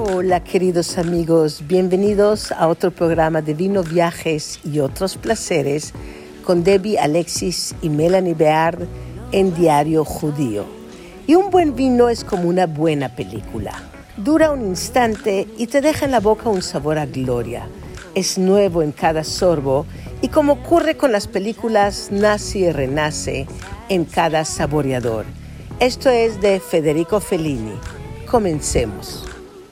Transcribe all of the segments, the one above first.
Hola queridos amigos, bienvenidos a otro programa de vino, viajes y otros placeres con Debbie, Alexis y Melanie Beard en Diario Judío. Y un buen vino es como una buena película. Dura un instante y te deja en la boca un sabor a gloria. Es nuevo en cada sorbo y como ocurre con las películas, nace y renace en cada saboreador. Esto es de Federico Fellini. Comencemos.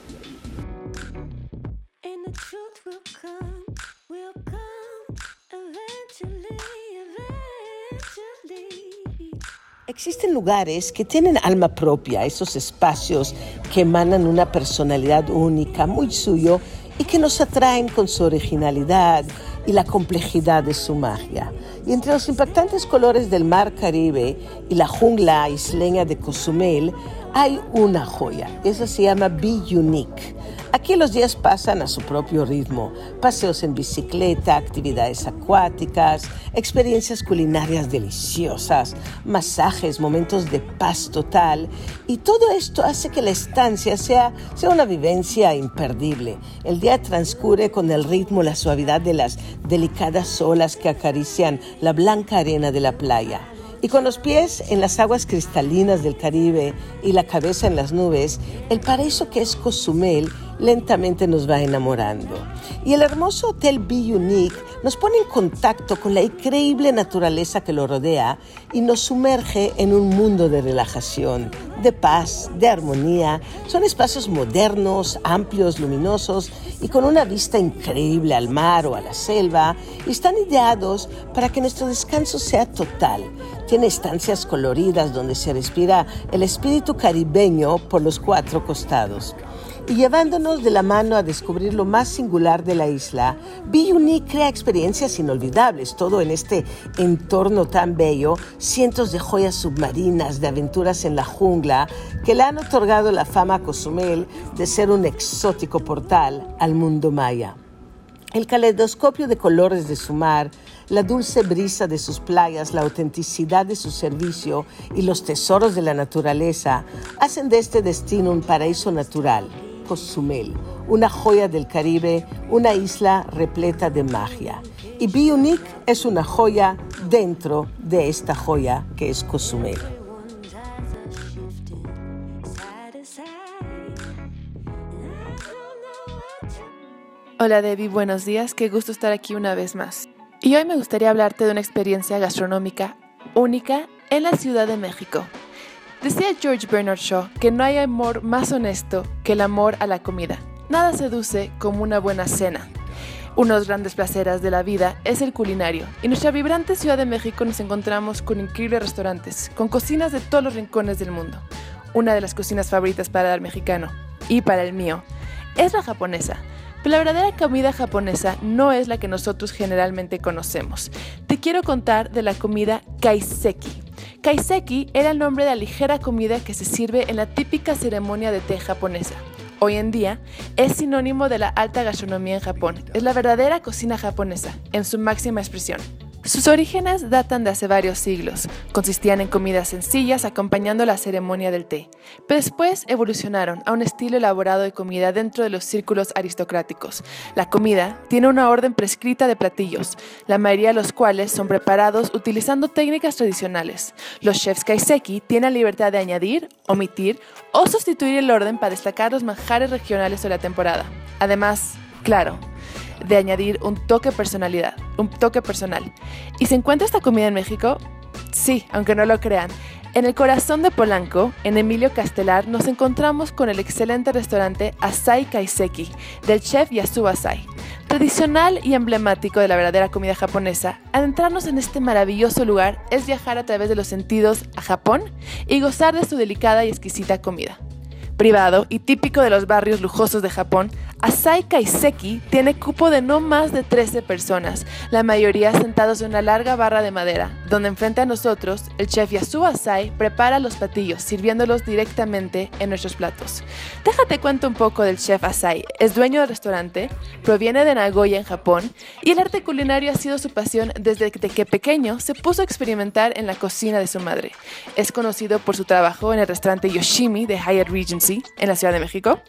Existen lugares que tienen alma propia, esos espacios que emanan una personalidad única, muy suyo, y que nos atraen con su originalidad y la complejidad de su magia. Y entre los impactantes colores del mar Caribe y la jungla isleña de Cozumel, hay una joya. Esa se llama Be Unique. Aquí los días pasan a su propio ritmo. Paseos en bicicleta, actividades acuáticas, experiencias culinarias deliciosas, masajes, momentos de paz total. Y todo esto hace que la estancia sea una vivencia imperdible. El día transcurre con el ritmo, la suavidad de las delicadas olas que acarician la blanca arena de la playa. Y con los pies en las aguas cristalinas del Caribe y la cabeza en las nubes, el paraíso que es Cozumel lentamente nos va enamorando. Y el hermoso Hotel Be Unique nos pone en contacto con la increíble naturaleza que lo rodea y nos sumerge en un mundo de relajación, de paz, de armonía. Son espacios modernos, amplios, luminosos y con una vista increíble al mar o a la selva, y están ideados para que nuestro descanso sea total. Tiene estancias coloridas donde se respira el espíritu caribeño por los cuatro costados. Y llevándonos de la mano a descubrir lo más singular de la isla, Be Unique crea experiencias inolvidables, todo en este entorno tan bello, cientos de joyas submarinas, de aventuras en la jungla, que le han otorgado la fama a Cozumel de ser un exótico portal al mundo maya. El caleidoscopio de colores de su mar, la dulce brisa de sus playas, la autenticidad de su servicio y los tesoros de la naturaleza hacen de este destino un paraíso natural. Cozumel, una joya del Caribe, una isla repleta de magia. Y Be Unique es una joya dentro de esta joya que es Cozumel. Hola Debbie, buenos días, qué gusto estar aquí una vez más. Y hoy me gustaría hablarte de una experiencia gastronómica única en la Ciudad de México. Decía George Bernard Shaw que no hay amor más honesto que el amor a la comida. Nada seduce como una buena cena. Uno de los grandes placeres de la vida es el culinario. Y en nuestra vibrante Ciudad de México nos encontramos con increíbles restaurantes, con cocinas de todos los rincones del mundo. Una de las cocinas favoritas para el mexicano, y para el mío, es la japonesa. Pero la verdadera comida japonesa no es la que nosotros generalmente conocemos. Te quiero contar de la comida kaiseki. Kaiseki era el nombre de la ligera comida que se sirve en la típica ceremonia de té japonesa. Hoy en día es sinónimo de la alta gastronomía en Japón. Es la verdadera cocina japonesa, en su máxima expresión. Sus orígenes datan de hace varios siglos. Consistían en comidas sencillas acompañando la ceremonia del té, pero después evolucionaron a un estilo elaborado de comida dentro de los círculos aristocráticos. La comida tiene una orden prescrita de platillos, la mayoría de los cuales son preparados utilizando técnicas tradicionales. Los chefs kaiseki tienen la libertad de añadir, omitir o sustituir el orden para destacar los manjares regionales de la temporada. Además, claro, de añadir un toque personal. ¿Y se encuentra esta comida en México? Sí, aunque no lo crean. En el corazón de Polanco, en Emilio Castelar, nos encontramos con el excelente restaurante Asai Kaiseki, del chef Yasuo Asai. Tradicional y emblemático de la verdadera comida japonesa, adentrarnos en este maravilloso lugar es viajar a través de los sentidos a Japón y gozar de su delicada y exquisita comida. Privado y típico de los barrios lujosos de Japón, Asai Kaiseki tiene cupo de no más de 13 personas, la mayoría sentados en una larga barra de madera, donde enfrente a nosotros, el chef Yasuo Asai prepara los platillos, sirviéndolos directamente en nuestros platos. Déjate cuento un poco del chef Asai. Es dueño del restaurante, proviene de Nagoya en Japón, y el arte culinario ha sido su pasión desde que pequeño se puso a experimentar en la cocina de su madre. Es conocido por su trabajo en el restaurante Yoshimi de Hyatt Regency en la Ciudad de México.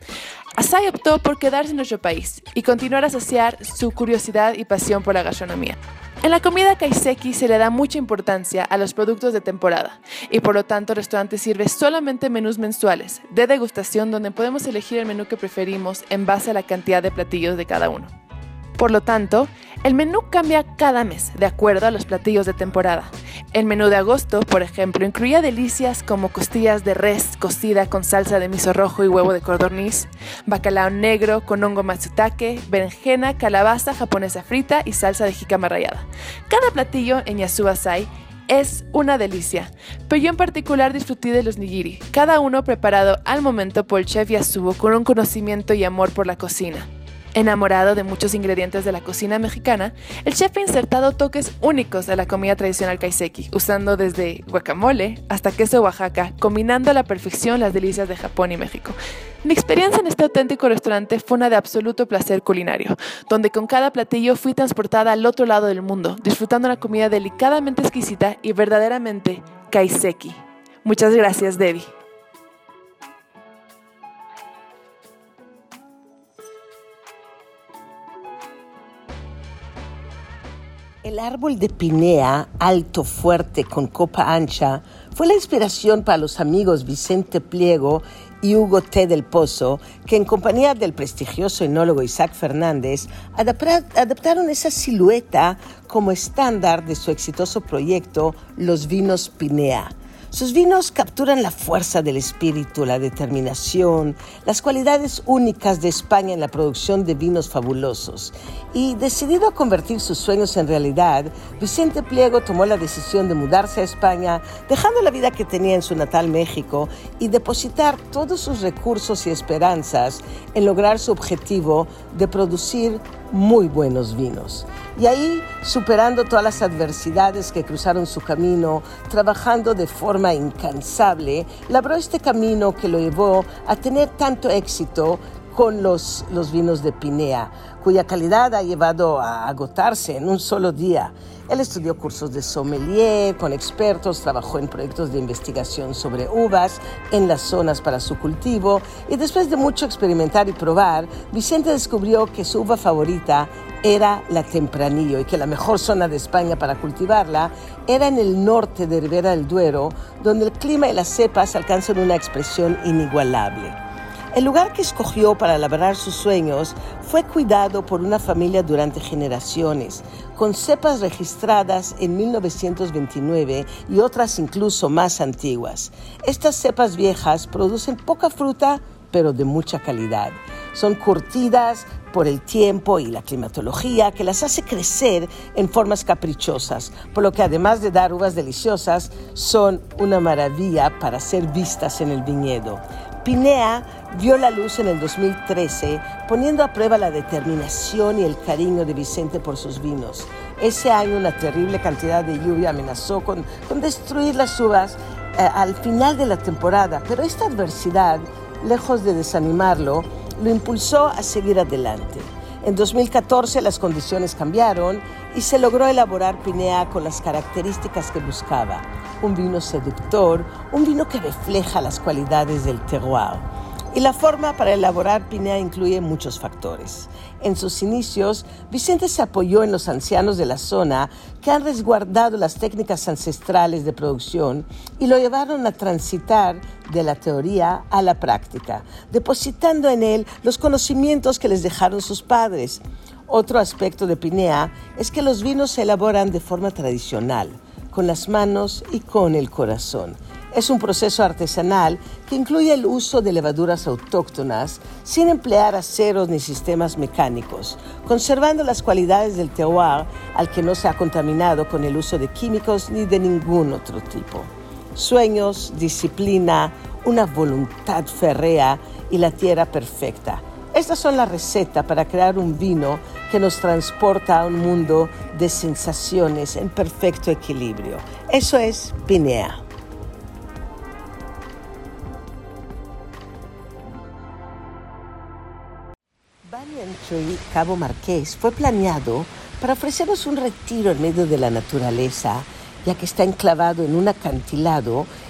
Asai optó por quedarse en nuestro país y continuar a saciar su curiosidad y pasión por la gastronomía. En la comida kaiseki se le da mucha importancia a los productos de temporada y por lo tanto el restaurante sirve solamente menús mensuales de degustación donde podemos elegir el menú que preferimos en base a la cantidad de platillos de cada uno. Por lo tanto, el menú cambia cada mes de acuerdo a los platillos de temporada. El menú de agosto, por ejemplo, incluía delicias como costillas de res cocida con salsa de miso rojo y huevo de codorniz, bacalao negro con hongo matsutake, berenjena, calabaza japonesa frita y salsa de jícama rallada. Cada platillo en Yasuo Asai es una delicia, pero yo en particular disfruté de los nigiri, cada uno preparado al momento por el chef Yasuo con un conocimiento y amor por la cocina. Enamorado de muchos ingredientes de la cocina mexicana, el chef ha insertado toques únicos a la comida tradicional kaiseki, usando desde guacamole hasta queso Oaxaca, combinando a la perfección las delicias de Japón y México. Mi experiencia en este auténtico restaurante fue una de absoluto placer culinario, donde con cada platillo fui transportada al otro lado del mundo, disfrutando una comida delicadamente exquisita y verdaderamente kaiseki. Muchas gracias, Debbie. El árbol de pinea, alto, fuerte, con copa ancha, fue la inspiración para los amigos Vicente Pliego y Hugo T. del Pozo, que en compañía del prestigioso enólogo Isaac Fernández adaptaron esa silueta como estándar de su exitoso proyecto Los Vinos Pinea. Sus vinos capturan la fuerza del espíritu, la determinación, las cualidades únicas de España en la producción de vinos fabulosos. Y decidido a convertir sus sueños en realidad, Vicente Pliego tomó la decisión de mudarse a España, dejando la vida que tenía en su natal México y depositar todos sus recursos y esperanzas en lograr su objetivo de producir muy buenos vinos. Y ahí, superando todas las adversidades que cruzaron su camino, trabajando de forma incansable, labró este camino que lo llevó a tener tanto éxito con los vinos de Pinea, cuya calidad ha llevado a agotarse en un solo día. Él estudió cursos de sommelier con expertos, trabajó en proyectos de investigación sobre uvas en las zonas para su cultivo y después de mucho experimentar y probar, Vicente descubrió que su uva favorita era la Tempranillo y que la mejor zona de España para cultivarla era en el norte de Ribera del Duero, donde el clima y las cepas alcanzan una expresión inigualable. El lugar que escogió para labrar sus sueños fue cuidado por una familia durante generaciones, con cepas registradas en 1929 y otras incluso más antiguas. Estas cepas viejas producen poca fruta, pero de mucha calidad. Son curtidas por el tiempo y la climatología que las hace crecer en formas caprichosas, por lo que además de dar uvas deliciosas, son una maravilla para ser vistas en el viñedo. Pinea vio la luz en el 2013, poniendo a prueba la determinación y el cariño de Vicente por sus vinos. Ese año una terrible cantidad de lluvia amenazó con destruir las uvas al final de la temporada, pero esta adversidad, lejos de desanimarlo, lo impulsó a seguir adelante. En 2014 las condiciones cambiaron y se logró elaborar Pinea con las características que buscaba. Un vino seductor, un vino que refleja las cualidades del terroir. Y la forma para elaborar Pinea incluye muchos factores. En sus inicios, Vicente se apoyó en los ancianos de la zona que han resguardado las técnicas ancestrales de producción y lo llevaron a transitar de la teoría a la práctica, depositando en él los conocimientos que les dejaron sus padres. Otro aspecto de Pinea es que los vinos se elaboran de forma tradicional, con las manos y con el corazón. Es un proceso artesanal que incluye el uso de levaduras autóctonas sin emplear aceros ni sistemas mecánicos, conservando las cualidades del terroir al que no se ha contaminado con el uso de químicos ni de ningún otro tipo. Sueños, disciplina, una voluntad férrea y la tierra perfecta. Estas son la receta para crear un vino que nos transporta a un mundo de sensaciones en perfecto equilibrio. Eso es Pinea. Banyan Tree Cabo Marqués fue planeado para ofrecernos un retiro en medio de la naturaleza, ya que está enclavado en un acantilado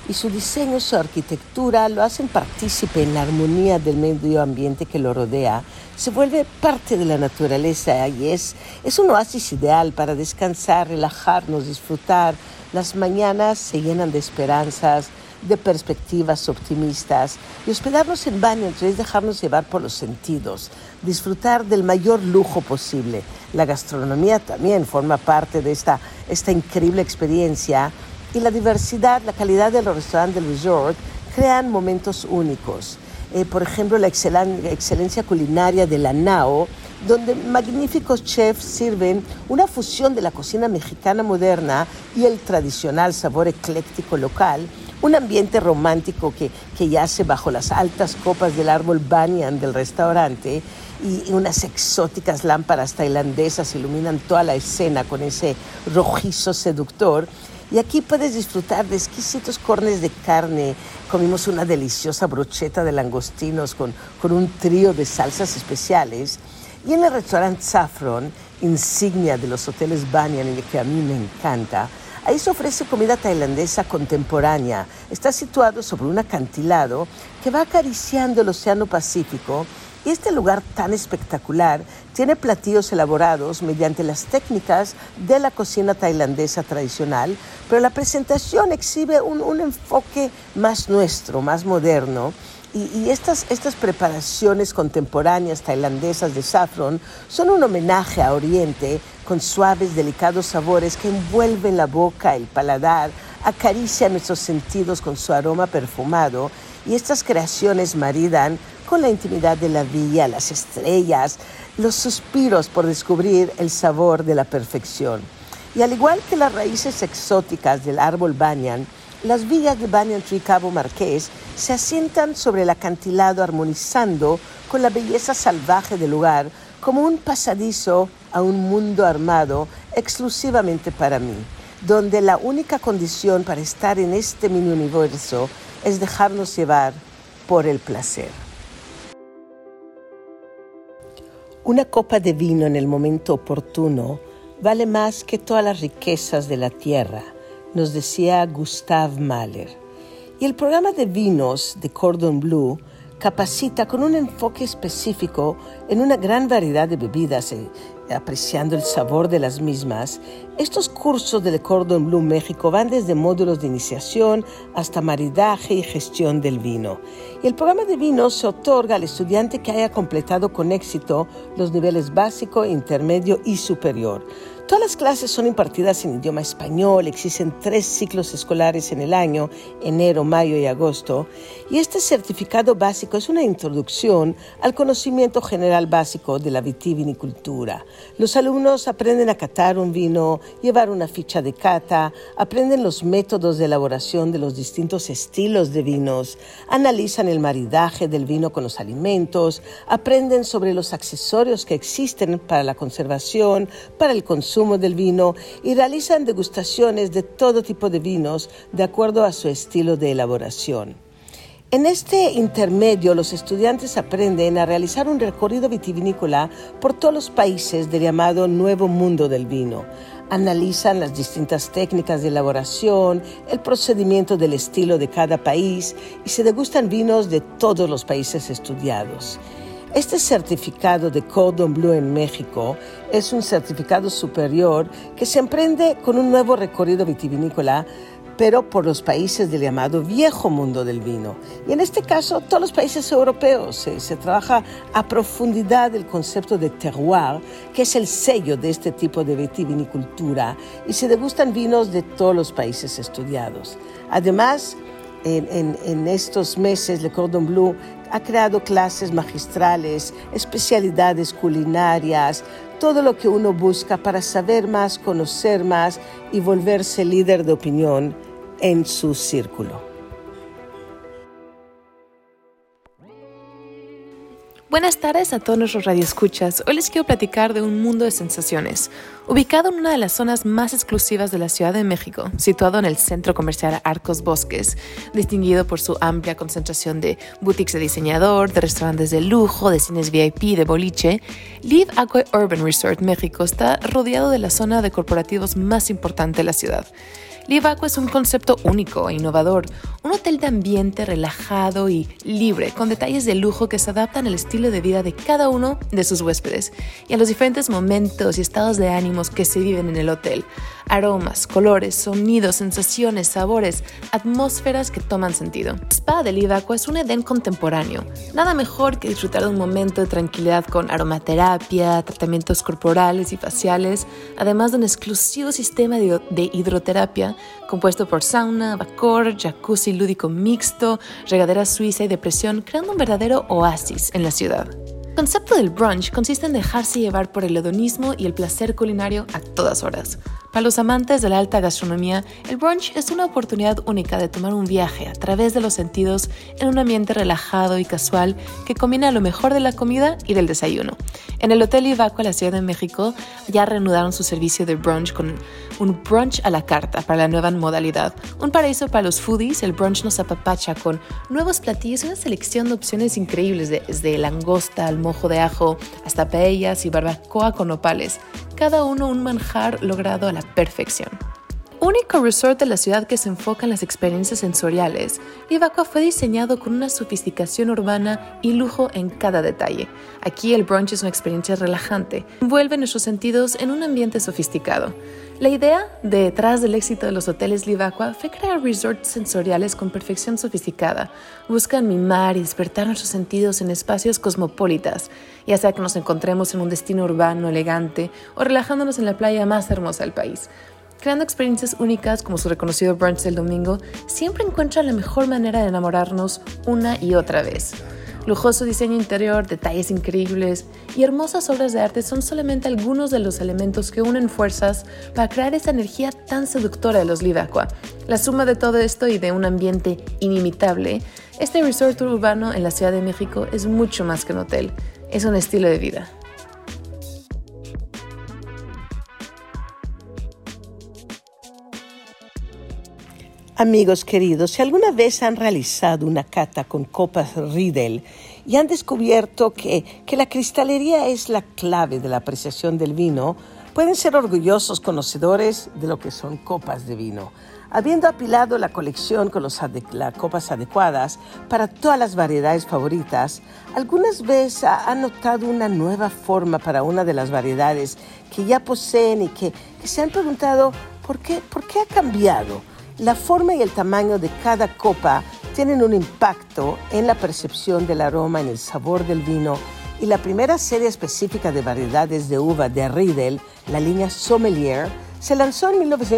y su diseño, su arquitectura lo hacen partícipe en la armonía del medio ambiente que lo rodea. Se vuelve parte de la naturaleza y es un oasis ideal para descansar, relajarnos, disfrutar. Las mañanas se llenan de esperanzas, de perspectivas optimistas, y hospedarnos en Banyan Tree es dejarnos llevar por los sentidos, disfrutar del mayor lujo posible. La gastronomía también forma parte de esta increíble experiencia, y la diversidad, la calidad de los restaurantes del resort crean momentos únicos. Por ejemplo, la excelencia culinaria de la Nao, donde magníficos chefs sirven una fusión de la cocina mexicana moderna y el tradicional sabor ecléctico local, un ambiente romántico que yace bajo las altas copas del árbol banyan del restaurante, y unas exóticas lámparas tailandesas iluminan toda la escena con ese rojizo seductor. Y aquí puedes disfrutar de exquisitos cornes de carne. Comimos una deliciosa brocheta de langostinos con un trío de salsas especiales. Y en el restaurante Saffron, insignia de los hoteles Banyan y que a mí me encanta, ahí se ofrece comida tailandesa contemporánea. Está situado sobre un acantilado que va acariciando el Océano Pacífico. Y este lugar tan espectacular tiene platillos elaborados mediante las técnicas de la cocina tailandesa tradicional, pero la presentación exhibe un enfoque más nuestro, más moderno. Y estas preparaciones contemporáneas tailandesas de Saffron son un homenaje a Oriente, con suaves, delicados sabores que envuelven la boca, el paladar, acarician nuestros sentidos con su aroma perfumado. Y estas creaciones maridan con la intimidad de la villa, las estrellas, los suspiros por descubrir el sabor de la perfección. Y al igual que las raíces exóticas del árbol banyan, las villas de Banyan Tree Cabo Marqués se asientan sobre el acantilado, armonizando con la belleza salvaje del lugar, como un pasadizo a un mundo armado exclusivamente para mí, donde la única condición para estar en este mini universo es dejarnos llevar por el placer. Una copa de vino en el momento oportuno vale más que todas las riquezas de la tierra, nos decía Gustav Mahler. Y el programa de vinos de Cordon Bleu capacita con un enfoque específico en una gran variedad de bebidas, apreciando el sabor de las mismas. Estos cursos de Cordon Bleu México van desde módulos de iniciación hasta maridaje y gestión del vino. Y el programa de vinos se otorga al estudiante que haya completado con éxito los niveles básico, intermedio y superior. Todas las clases son impartidas en idioma español, existen 3 ciclos escolares en el año, enero, mayo y agosto, y este certificado básico es una introducción al conocimiento general básico de la vitivinicultura. Los alumnos aprenden a catar un vino, llevar una ficha de cata, aprenden los métodos de elaboración de los distintos estilos de vinos, analizan el maridaje del vino con los alimentos, aprenden sobre los accesorios que existen para la conservación, para el consumo del vino, y realizan degustaciones de todo tipo de vinos de acuerdo a su estilo de elaboración. En este intermedio, los estudiantes aprenden a realizar un recorrido vitivinícola por todos los países del llamado Nuevo Mundo del Vino. Analizan las distintas técnicas de elaboración, el procedimiento del estilo de cada país y se degustan vinos de todos los países estudiados. Este certificado de Cordon Bleu en México es un certificado superior que se emprende con un nuevo recorrido vitivinícola, pero por los países del llamado Viejo Mundo del Vino. Y en este caso, todos los países europeos. Se trabaja a profundidad el concepto de terroir, que es el sello de este tipo de vitivinicultura, y se degustan vinos de todos los países estudiados. Además, en estos meses, Le Cordon Bleu ha creado clases magistrales, especialidades culinarias, todo lo que uno busca para saber más, conocer más y volverse líder de opinión en su círculo. Buenas tardes a todos nuestros radioescuchas. Hoy les quiero platicar de un mundo de sensaciones. Ubicado en una de las zonas más exclusivas de la Ciudad de México, situado en el centro comercial Arcos Bosques, distinguido por su amplia concentración de boutiques de diseñador, de restaurantes de lujo, de cines VIP, de boliche, Live Aqua Urban Resort México está rodeado de la zona de corporativos más importante de la ciudad. Live Aqua es un concepto único e innovador, un hotel de ambiente relajado y libre, con detalles de lujo que se adaptan al estilo de vida de cada uno de sus huéspedes y a los diferentes momentos y estados de ánimos que se viven en el hotel. Aromas, colores, sonidos, sensaciones, sabores, atmósferas que toman sentido. El spa de Live Aqua es un Edén contemporáneo. Nada mejor que disfrutar de un momento de tranquilidad con aromaterapia, tratamientos corporales y faciales, además de un exclusivo sistema de hidroterapia compuesto por sauna, vapor, jacuzzi lúdico mixto, regadera suiza y depresión, creando un verdadero oasis en la ciudad. El concepto del brunch consiste en dejarse llevar por el hedonismo y el placer culinario a todas horas. Para los amantes de la alta gastronomía, el brunch es una oportunidad única de tomar un viaje a través de los sentidos en un ambiente relajado y casual que combina lo mejor de la comida y del desayuno. En el Hotel Live Aqua, la Ciudad de México, ya reanudaron su servicio de brunch con un brunch a la carta para la nueva modalidad. Un paraíso para los foodies, el brunch nos apapacha con nuevos platillos y una selección de opciones increíbles desde langosta al mojo de ajo hasta paellas y barbacoa con nopales. Cada uno un manjar logrado a la perfección. Único resort de la ciudad que se enfoca en las experiencias sensoriales, Live Aqua fue diseñado con una sofisticación urbana y lujo en cada detalle. Aquí el brunch es una experiencia relajante, envuelve nuestros sentidos en un ambiente sofisticado. La idea detrás del éxito de los hoteles Live Aqua fue crear resorts sensoriales con perfección sofisticada. Buscan mimar y despertar nuestros sentidos en espacios cosmopolitas, ya sea que nos encontremos en un destino urbano elegante o relajándonos en la playa más hermosa del país. Creando experiencias únicas como su reconocido brunch del domingo, siempre encuentran la mejor manera de enamorarnos una y otra vez. Lujoso diseño interior, detalles increíbles y hermosas obras de arte son solamente algunos de los elementos que unen fuerzas para crear esa energía tan seductora de los Live Aqua. La suma de todo esto y de un ambiente inimitable, este resort urbano en la Ciudad de México es mucho más que un hotel, es un estilo de vida. Amigos queridos, si alguna vez han realizado una cata con copas Riedel y han descubierto que la cristalería es la clave de la apreciación del vino, pueden ser orgullosos conocedores de lo que son copas de vino. Habiendo apilado la colección con las copas adecuadas para todas las variedades favoritas, algunas veces han notado una nueva forma para una de las variedades que ya poseen y que se han preguntado ¿por qué ha cambiado? La forma y el tamaño de cada copa tienen un impacto en la percepción del aroma, en el sabor del vino, y la primera serie específica de variedades de uva de Riedel, la línea Sommelier, se lanzó en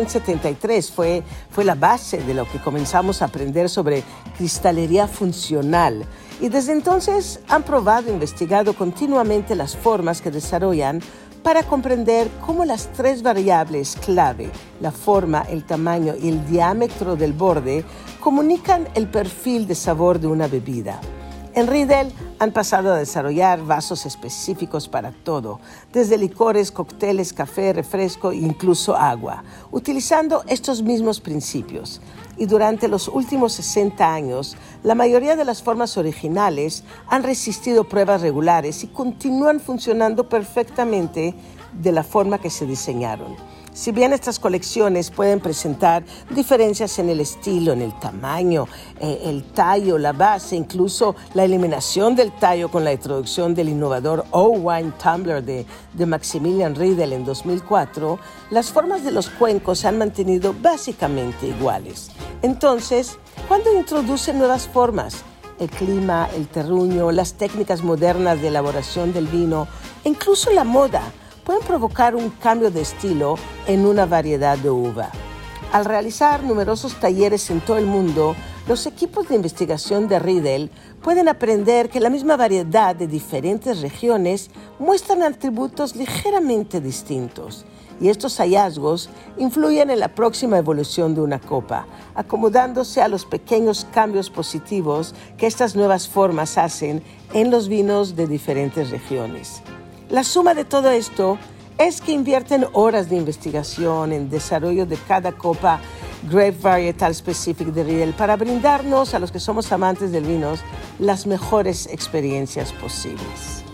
1973. Fue la base de lo que comenzamos a aprender sobre cristalería funcional. Y desde entonces han probado e investigado continuamente las formas que desarrollan para comprender cómo las tres variables clave, la forma, el tamaño y el diámetro del borde, comunican el perfil de sabor de una bebida. En Riedel han pasado a desarrollar vasos específicos para todo, desde licores, cócteles, café, refresco e incluso agua, utilizando estos mismos principios. Y durante los últimos 60 años, la mayoría de las formas originales han resistido pruebas regulares y continúan funcionando perfectamente de la forma que se diseñaron. Si bien estas colecciones pueden presentar diferencias en el estilo, en el tamaño, el tallo, la base, incluso la eliminación del tallo con la introducción del innovador O-Wine Tumbler de Maximilian Riedel en 2004, las formas de los cuencos se han mantenido básicamente iguales. Entonces, ¿cuándo introducen nuevas formas? El clima, el terruño, las técnicas modernas de elaboración del vino, e incluso la moda, pueden provocar un cambio de estilo en una variedad de uva. Al realizar numerosos talleres en todo el mundo, los equipos de investigación de Riedel pueden aprender que la misma variedad de diferentes regiones muestran atributos ligeramente distintos. y estos hallazgos influyen en la próxima evolución de una copa, acomodándose a los pequeños cambios positivos que estas nuevas formas hacen en los vinos de diferentes regiones. La suma de todo esto es que invierten horas de investigación en desarrollo de cada copa Grape Varietal Specific de Riedel para brindarnos, a los que somos amantes del vino, las mejores experiencias posibles.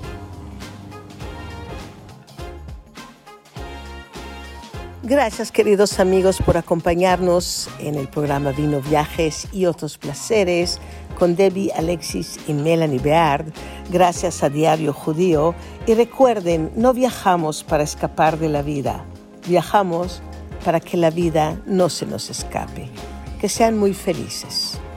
Gracias, queridos amigos, por acompañarnos en el programa Vino, Viajes y Otros Placeres con Debbie, Alexis y Melanie Beard. Gracias a Diario Judío. Y recuerden, no viajamos para escapar de la vida. Viajamos para que la vida no se nos escape. Que sean muy felices.